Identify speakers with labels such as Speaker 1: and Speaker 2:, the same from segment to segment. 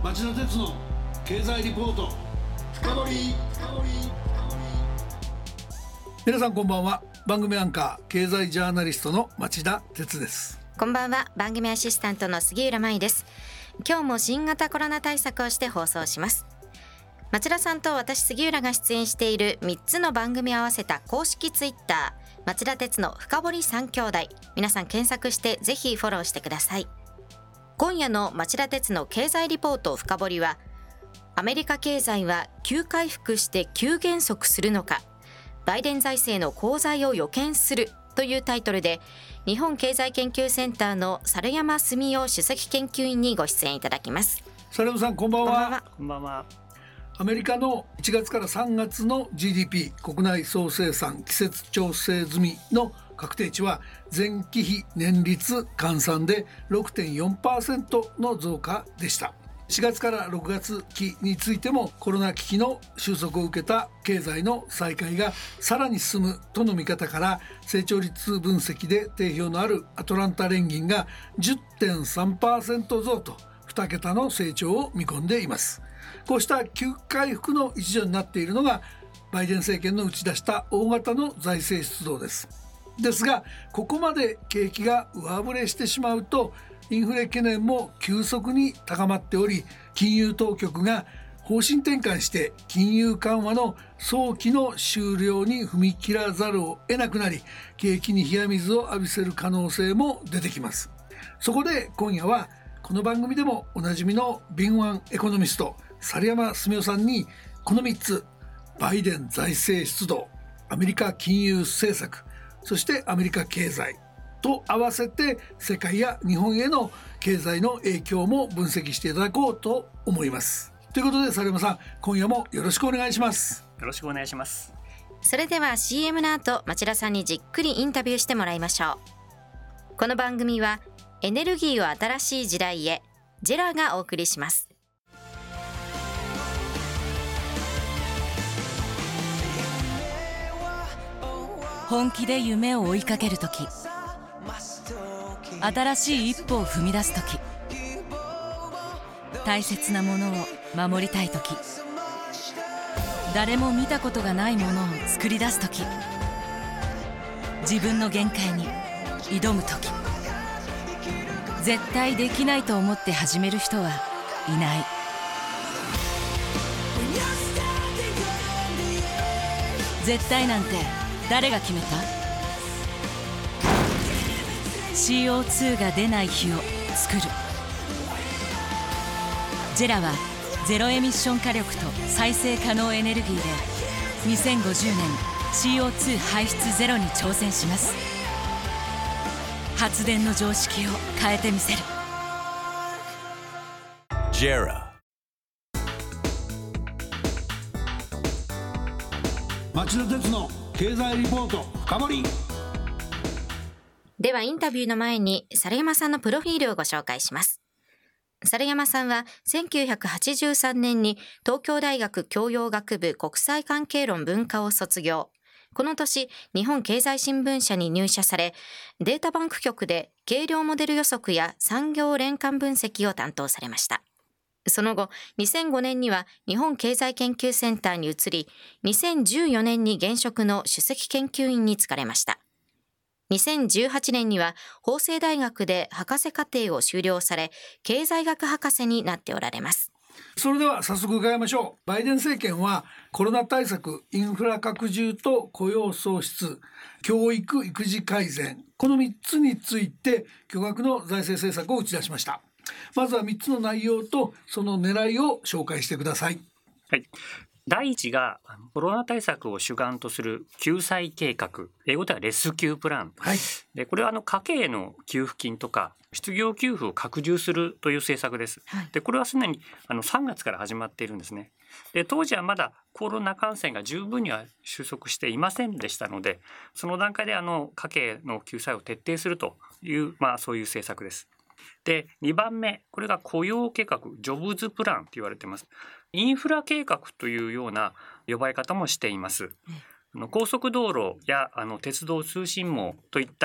Speaker 1: 町田鉄の経済リポート深掘り。皆さんこんばんは。番組アンカー経済ジャーナリストの町田鉄です。
Speaker 2: こんばんは。番組アシスタントの杉浦舞です。今日も新型コロナ対策をして放送します。町田さんと私杉浦が出演している3つの番組を合わせた公式ツイッター、町田鉄の深掘り3兄弟、皆さん検索してぜひフォローしてください。今夜の町田鉄の経済リポート深掘りは、アメリカ経済は急回復して急減速するのか、バイデン財政の功罪を予見するというタイトルで、日本経済研究センターの猿山澄夫首席研究員にご出演いただきます。
Speaker 1: 猿山さんこんばんは。
Speaker 3: こんばんは。
Speaker 1: アメリカの1月から3月の GDP 国内総生産季節調整済みの確定値は前期比年率換算で 6.4% の増加でした。4月から6月期についてもコロナ危機の収束を受けた経済の再開がさらに進むとの見方から、成長率分析で定評のあるアトランタ連銀が 10.3% 増と2桁の成長を見込んでいます。こうした急回復の一助になっているのがバイデン政権の打ち出した大型の財政出動です。ですが、ここまで景気が上振れしてしまうとインフレ懸念も急速に高まっており、金融当局が方針転換して金融緩和の早期の終了に踏み切らざるを得なくなり、景気に冷や水を浴びせる可能性も出てきます。そこで今夜はこの番組でもおなじみの敏腕エコノミスト猿山澄夫さんに、この3つ、バイデン財政出動、アメリカ金融政策、そしてアメリカ経済と合わせて世界や日本への経済の影響も分析していただこうと思います。ということで猿山さん、今夜もよろしくお願いします。
Speaker 3: よろしくお願いします。
Speaker 2: それでは CM の後、町田さんにじっくりインタビューしてもらいましょう。この番組はエネルギーを新しい時代へ、ジェラがお送りします。
Speaker 4: 本気で夢を追いかけるとき、新しい一歩を踏み出すとき、大切なものを守りたいとき、誰も見たことがないものを作り出すとき、自分の限界に挑むとき、絶対できないと思って始める人はいない。絶対なんて誰が決めた？ CO2 が出ない日を作る。ジェラはゼロエミッション火力と再生可能エネルギーで2050年 CO2 排出ゼロに挑戦します。発電の常識を変えてみせる。
Speaker 5: ジェラ
Speaker 1: 町田鉄の経済リポート深掘り。
Speaker 2: ではインタビューの前に猿山さんのプロフィールをご紹介します。猿山さんは1983年に東京大学教養学部国際関係論文科を卒業。この年、日本経済新聞社に入社され、データバンク局で計量モデル予測や産業連関分析を担当されました。その後、2005年には日本経済研究センターに移り、2014年に現職の首席研究員に就かれました。2018年には法政大学で博士課程を修了され、経済学博士になっておられます。
Speaker 1: それでは早速伺いましょう。バイデン政権はコロナ対策、インフラ拡充と雇用創出、教育育児改善、この3つについて巨額の財政政策を打ち出しました。まずは3つの内容とその狙いを紹介してください。
Speaker 3: はい。第一がコロナ対策を主眼とする救済計画、英語ではレスキュープラン、
Speaker 1: はい、
Speaker 3: でこれは家計への給付金とか失業給付を拡充するという政策です。でこれはすでに3月から始まっているんですね。で当時はまだコロナ感染が十分には収束していませんでしたので、その段階で家計の救済を徹底するという、そういう政策です。で2番目、これが雇用計画、ジョブズプランと言われています。インフラ計画というような呼ばれ方もしています。高速道路や鉄道通信網といった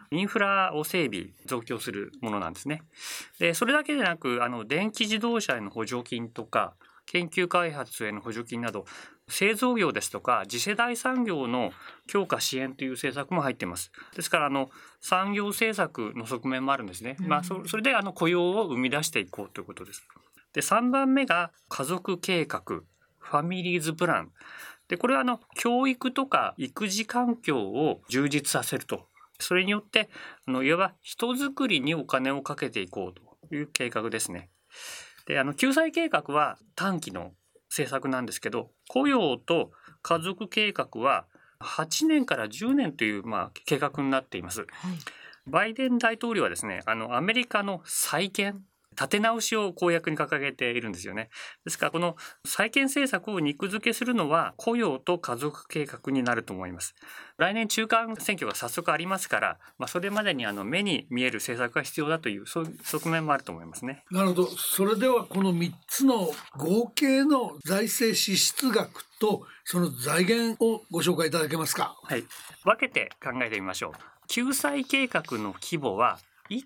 Speaker 3: インフラを整備増強するものなんですね。でそれだけでなく電気自動車への補助金とか研究開発への補助金など製造業ですとか次世代産業の強化支援という政策も入っています。ですから産業政策の側面もあるんですね。それで雇用を生み出していこうということです。で3番目が家族計画、ファミリーズプランで、これは教育とか育児環境を充実させると、それによっていわば人づくりにお金をかけていこうという計画ですね。で救済計画は短期の政策なんですけど、雇用と家族計画は8年から10年という計画になっています。バイデン大統領はですね、アメリカの再建立て直しを公約に掲げているんですよね。ですからこの再建政策を肉付けするのは雇用と家族計画になると思います。来年中間選挙が早速ありますから、それまでに目に見える政策が必要だというそういう側面もあると思いますね。
Speaker 1: なるほど。それではこの3つの合計の財政支出額とその財源をご紹介いただけますか。
Speaker 3: はい、分けて考えてみましょう。救済計画の規模は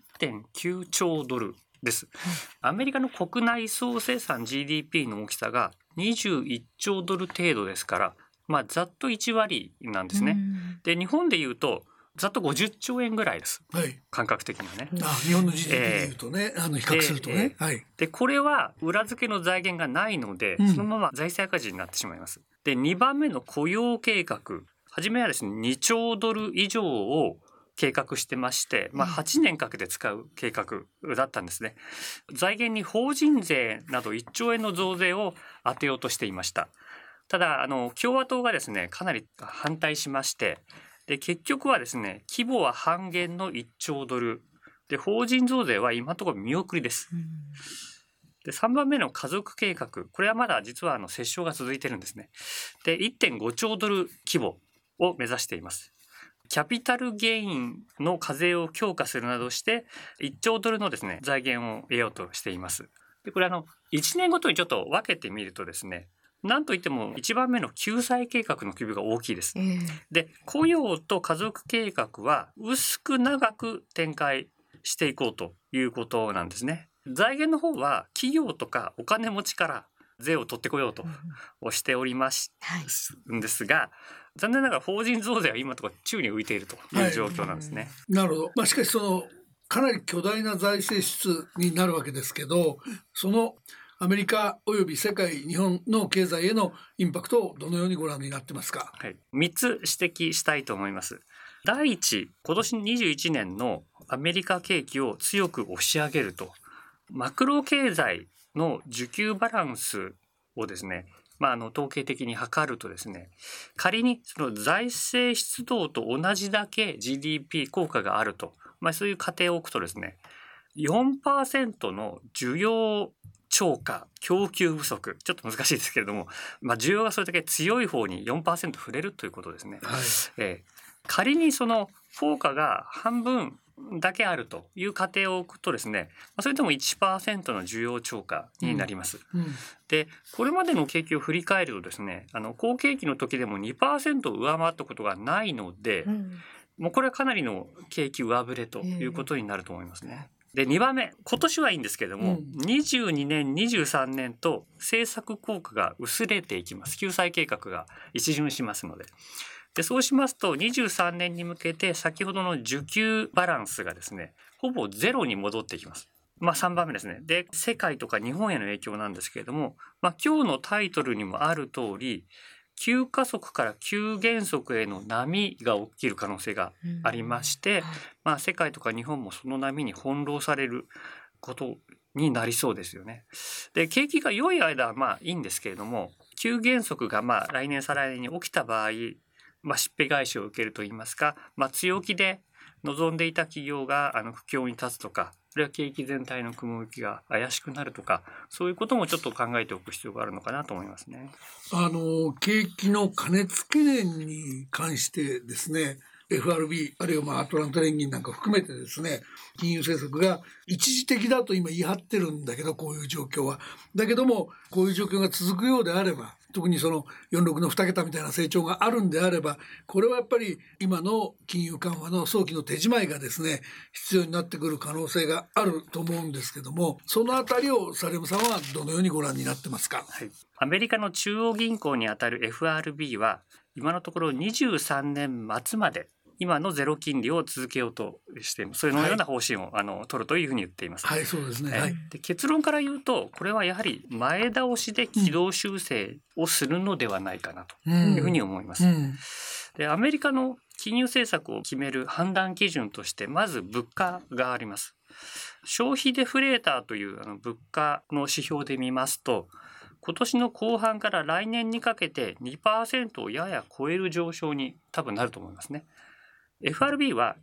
Speaker 3: 1.9 兆ドルです。アメリカの国内総生産 GDP の大きさが21兆ドル程度ですから、ざっと1割なんですね。で日本でいうとざっと50兆円ぐらいです、感覚的にはね。
Speaker 1: 日本の GDP でいうとね、比較するとね、
Speaker 3: でこれは裏付けの財源がないので、そのまま財政赤字になってしまいます。で2番目の雇用計画、初めはですね2兆ドル以上を計画してまして、8年かけて使う計画だったんですね。財源に法人税など1兆円の増税を当てようとしていました。ただ共和党がですねかなり反対しまして、で結局はですね規模は半減の1兆ドルで、法人増税は今のところ見送りです。で3番目の家族計画、これはまだ実は折衝が続いてるんですね。で 1.5 兆ドル規模を目指しています。キャピタルゲインの課税を強化するなどして1兆ドルのですね財源を得ようとしています。でこれ1年ごとにちょっと分けてみるとですね、なんといっても1番目の救済計画の規模が大きいです。で雇用と家族計画は薄く長く展開していこうということなんですね。財源の方は企業とかお金持ちから税を取ってこようとしておりますんですが、残念ながら法人増税は今のところ宙に浮いているという状況なんですね。
Speaker 1: なるほど。しかしかなり巨大な財政支出になるわけですけど、そのアメリカおよび世界日本の経済へのインパクトをどのようにご覧になってますか。
Speaker 3: 3つ指摘したいと思います。第一、今年21年のアメリカ景気を強く押し上げると、マクロ経済の需給バランスをですね、統計的に測るとですね、仮にその財政出動と同じだけ GDP 効果があると、そういう仮定を置くとですね、4% の需要超過供給不足、ちょっと難しいですけれども、需要がそれだけ強い方に 4% 触れるということですね。仮にその効果が半分だけあるという仮定を置くとですね、それでも 1% の需要超過になります。でこれまでの景気を振り返るとですね、好景気の時でも 2% を上回ったことがないので、もうこれはかなりの景気上振れということになると思いますね。で2番目、今年はいいんですけれども、22年23年と政策効果が薄れていきます。救済計画が一巡しますので。でそうしますと23年に向けて先ほどの需給バランスがですねほぼゼロに戻っていきます。3番目ですね。で世界とか日本への影響なんですけれども、今日のタイトルにもある通り、急加速から急減速への波が起きる可能性がありまして、世界とか日本もその波に翻弄されることになりそうですよね。で景気が良い間はいいんですけれども、急減速が来年再来年に起きた場合、しっぺ返しを受けるといいますか、強気で望んでいた企業が苦境に立つとか、あるいは景気全体の雲行きが怪しくなるとか、そういうこともちょっと考えておく必要があるのかなと思いますね。
Speaker 1: 景気の過熱懸念に関してですね、FRB あるいはアトランタ連銀なんか含めてですね、金融政策が一時的だと今言い張ってるんだけど、こういう状況はだけどもこういう状況が続くようであれば特にその46の2桁みたいな成長があるんであれば、これはやっぱり今の金融緩和の早期の手仕舞いがですね必要になってくる可能性があると思うんですけども、そのあたりをサレムさんはどのようにご覧になってますか？
Speaker 3: はい、アメリカの中央銀行にあたる FRB は今のところ23年末まで今のゼロ金利を続けようとしています。そのような方針を、取るというふうに言っています。
Speaker 1: はい、そうですね。
Speaker 3: で結論から言うと、これはやはり前倒しで軌道修正をするのではないかなというふうに思います。でアメリカの金融政策を決める判断基準としてまず物価があります。消費デフレーターという物価の指標で見ますと、今年の後半から来年にかけて 2% をやや超える上昇に多分なると思いますね。FRB は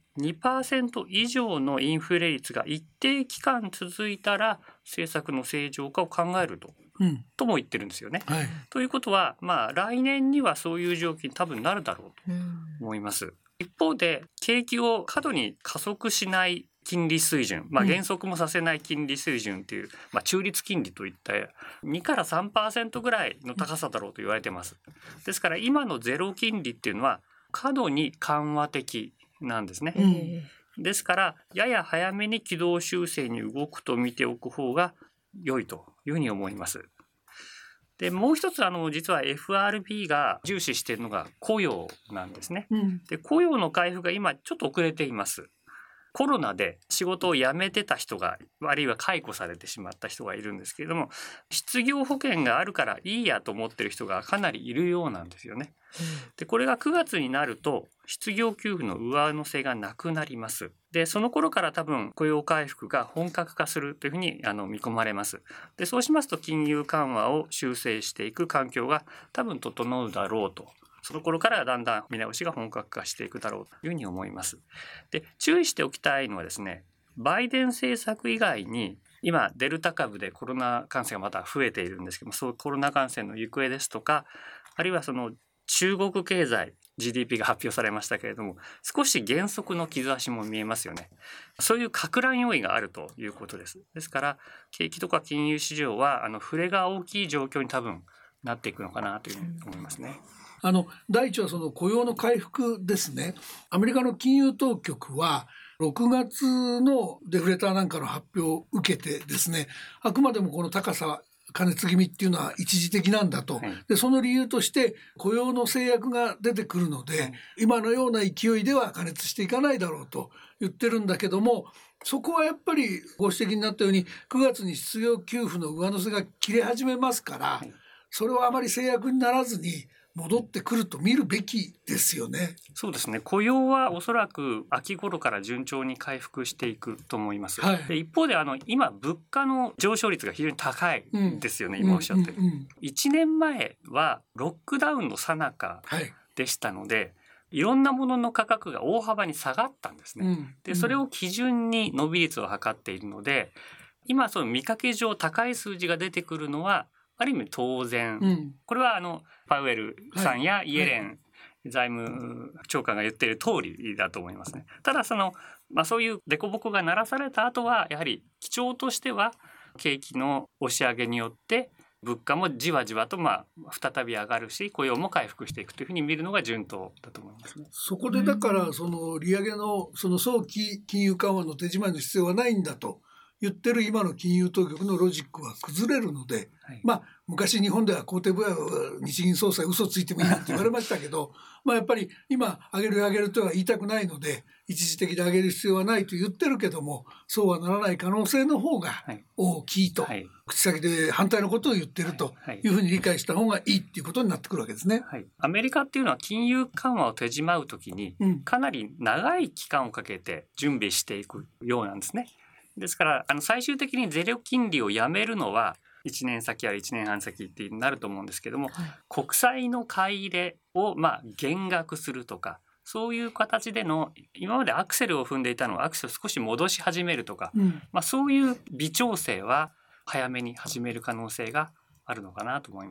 Speaker 3: 2% 以上のインフレ率が一定期間続いたら政策の正常化を考えるとも言ってるんですよね。ということは、来年にはそういう状況に多分なるだろうと思います。一方で景気を過度に加速しない金利水準、減速もさせない金利水準という、中立金利といった2から 3% ぐらいの高さだろうと言われています。ですから今のゼロ金利っていうのは過度に緩和的なんですね。ですからやや早めに軌道修正に動くと見ておく方が良いというふうに思います。でもう一つ実は FRB が重視しているのが雇用なんですね。で雇用の回復が今ちょっと遅れています。コロナで仕事を辞めてた人が、あるいは解雇されてしまった人がいるんですけれども、失業保険があるからいいやと思ってる人がかなりいるようなんですよね。でこれが9月になると失業給付の上乗せがなくなります。でその頃から多分雇用回復が本格化するというふうに見込まれます。でそうしますと金融緩和を修正していく環境が多分整うだろうと。その頃からだんだん見直しが本格化していくだろうというふうに思います。で注意しておきたいのはですね、バイデン政策以外に今デルタ株でコロナ感染がまた増えているんですけども、そうコロナ感染の行方ですとか、あるいはその中国経済 GDP が発表されましたけれども、少し減速の兆しも見えますよね。そういう撹乱要因があるということです。ですから景気とか金融市場は触れが大きい状況に多分なっていくのかなというふうに思いますね。
Speaker 1: 第一はその雇用の回復ですね。アメリカの金融当局は6月のデフレーターなんかの発表を受けてですね、あくまでもこの高さ加熱気味っていうのは一時的なんだと。でその理由として雇用の制約が出てくるので、今のような勢いでは加熱していかないだろうと言ってるんだけども、そこはやっぱりご指摘になったように9月に失業給付の上乗せが切れ始めますから、それはあまり制約にならずに戻ってくると見るべきですよね。
Speaker 3: そうですね。雇用はおそらく秋頃から順調に回復していくと思います。で一方で今物価の上昇率が非常に高いんですよね。今おっしゃってる。1年前はロックダウンの最中でしたので、いろんなものの価格が大幅に下がったんですね。でそれを基準に伸び率を測っているので、今その見かけ上高い数字が出てくるのはある意味当然、これはパウエルさんやイエレン財務長官が言っている通りだと思いますね。ただそういう凸凹が鳴らされた後はやはり基調としては景気の押し上げによって物価もじわじわと再び上がるし、雇用も回復していくというふうに見るのが順当だと思いますね。
Speaker 1: そこでだからその利上げのその早期金融緩和の手締まいの必要はないんだと言ってる今の金融当局のロジックは崩れるので、昔日本では公邸部屋は日銀総裁嘘ついてもいいなんて言われましたけどやっぱり今上げるとは言いたくないので、一時的で上げる必要はないと言ってるけども、そうはならない可能性の方が大きいと、口先で反対のことを言ってるというふうに理解した方がいいっていうことになってくるわけですね。
Speaker 3: アメリカっていうのは金融緩和を手締まうときにかなり長い期間をかけて準備していくようなんですね。ですから最終的にゼロ金利をやめるのは1年先や1年半先ってなると思うんですけども、国債の買い入れを減額するとか、そういう形での今までアクセルを踏んでいたのをアクセルを少し戻し始めるとか、そういう微調整は早めに始める可能性があるのかなと思いますね。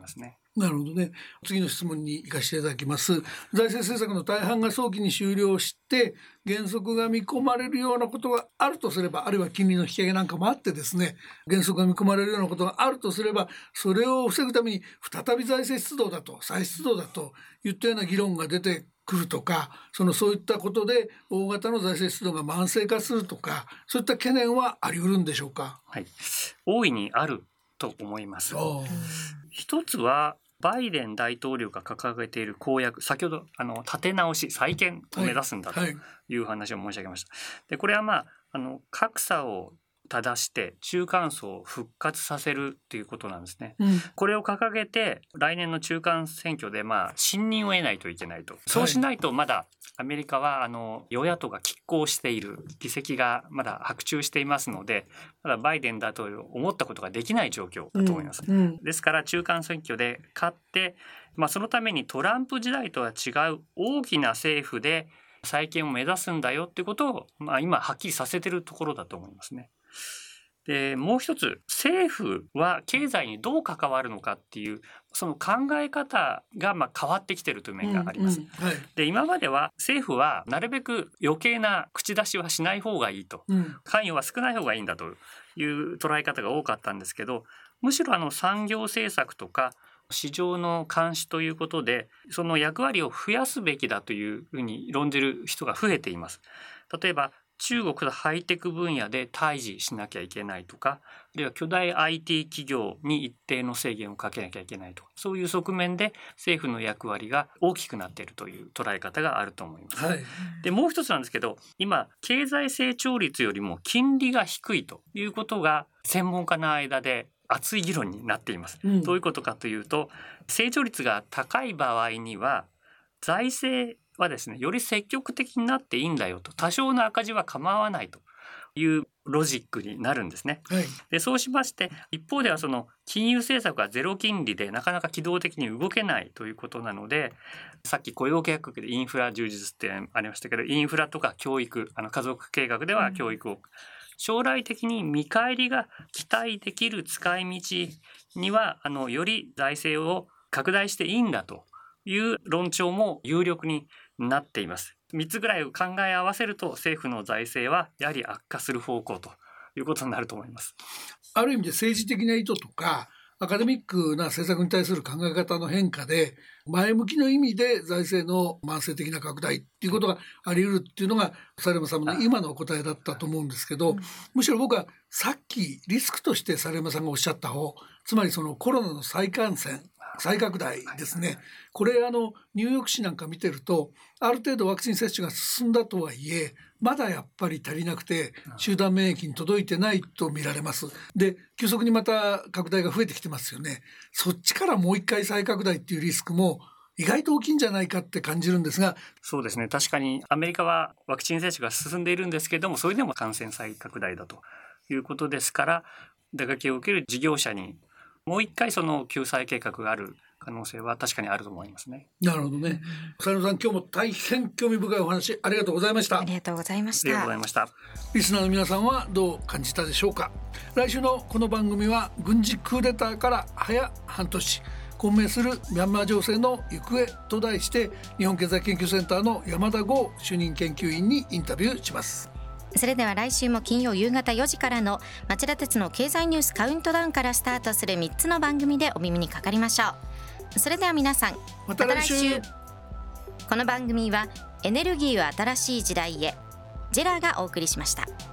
Speaker 1: なるほどね。次の質問に行かせていただきます。財政政策の大半が早期に終了して減速が見込まれるようなことがあるとすれば、あるいは金利の引き上げなんかもあってですね、減速が見込まれるようなことがあるとすれば、それを防ぐために再び財政出動だと再出動だといったような議論が出てくるとか、そういったことで大型の財政出動が慢性化するとか、そういった懸念はあり得るんでしょうか。
Speaker 3: はい、大いにあると思います。一つはバイデン大統領が掲げている公約、先ほど立て直し再建を目指すんだという話を申し上げました。でこれは格差を正して中間層を復活させるということなんですね。これを掲げて来年の中間選挙で信任を得ないといけないと。そうしないとまだアメリカは与野党が拮抗している、議席がまだ伯仲していますので、まだバイデン大統領思ったことができない状況だと思います。ですから中間選挙で勝って、そのためにトランプ時代とは違う大きな政府で再建を目指すんだよっていうことを、今はっきりさせているところだと思いますね。でもう一つ、政府は経済にどう関わるのかっていうその考え方が変わってきているという面があります。で今までは政府はなるべく余計な口出しはしない方がいいと、関与は少ない方がいいんだという捉え方が多かったんですけど、むしろ産業政策とか市場の監視ということでその役割を増やすべきだというふうに論じる人が増えています。例えば中国のハイテク分野で対峙しなきゃいけないとか、あるいは巨大 IT 企業に一定の制限をかけなきゃいけないとか、そういう側面で政府の役割が大きくなっているという捉え方があると思います。でもう一つなんですけど、今経済成長率よりも金利が低いということが専門家の間で熱い議論になっています。どういうことかというと、成長率が高い場合には財政はですね、より積極的になっていいんだよと、多少の赤字は構わないというロジックになるんですね。でそうしまして一方ではその金融政策がゼロ金利でなかなか機動的に動けないということなので、さっき雇用計画でインフラ充実ってありましたけど、インフラとか教育、家族計画では教育を、将来的に見返りが期待できる使い道にはより財政を拡大していいんだという論調も有力になっています。3つぐらいを考え合わせると政府の財政はやはり悪化する方向ということになると思います。
Speaker 1: ある意味で政治的な意図とかアカデミックな政策に対する考え方の変化で前向きの意味で財政の慢性的な拡大っていうことがあり得るっていうのがサレヤマさんの今のお答えだったと思うんですけど、むしろ僕はさっきリスクとしてサレヤマさんがおっしゃった方、つまりそのコロナの再感染再拡大ですね。これニューヨーク市なんか見てるとある程度ワクチン接種が進んだとはいえまだやっぱり足りなくて集団免疫に届いてないと見られます。で急速にまた拡大が増えてきてますよね。そっちからもう一回再拡大っていうリスクも意外と大きいんじゃないかって感じるんですが。
Speaker 3: そうですね、確かにアメリカはワクチン接種が進んでいるんですけれども、それでも感染再拡大だということですから、打撃を受ける事業者にもう一回その救済計画がある可能性は確かにあると思いますね。
Speaker 1: なるほどね。サレヤマさん、今日も大変興味深いお話ありがとうございました。
Speaker 2: ありがとうございました。
Speaker 3: ありがとうございました。
Speaker 1: リスナーの皆さんはどう感じたでしょうか。来週のこの番組は軍事クーデターから早半年、混迷するミャンマー情勢の行方と題して日本経済研究センターの山田剛主任研究員にインタビューします。
Speaker 2: それでは来週も金曜夕方4時からの町田鉄の経済ニュースカウントダウンからスタートする3つの番組でお耳にかかりましょう。それでは皆さん、
Speaker 1: また来週。
Speaker 2: この番組はエネルギーを新しい時代へ、ジェラがお送りしました。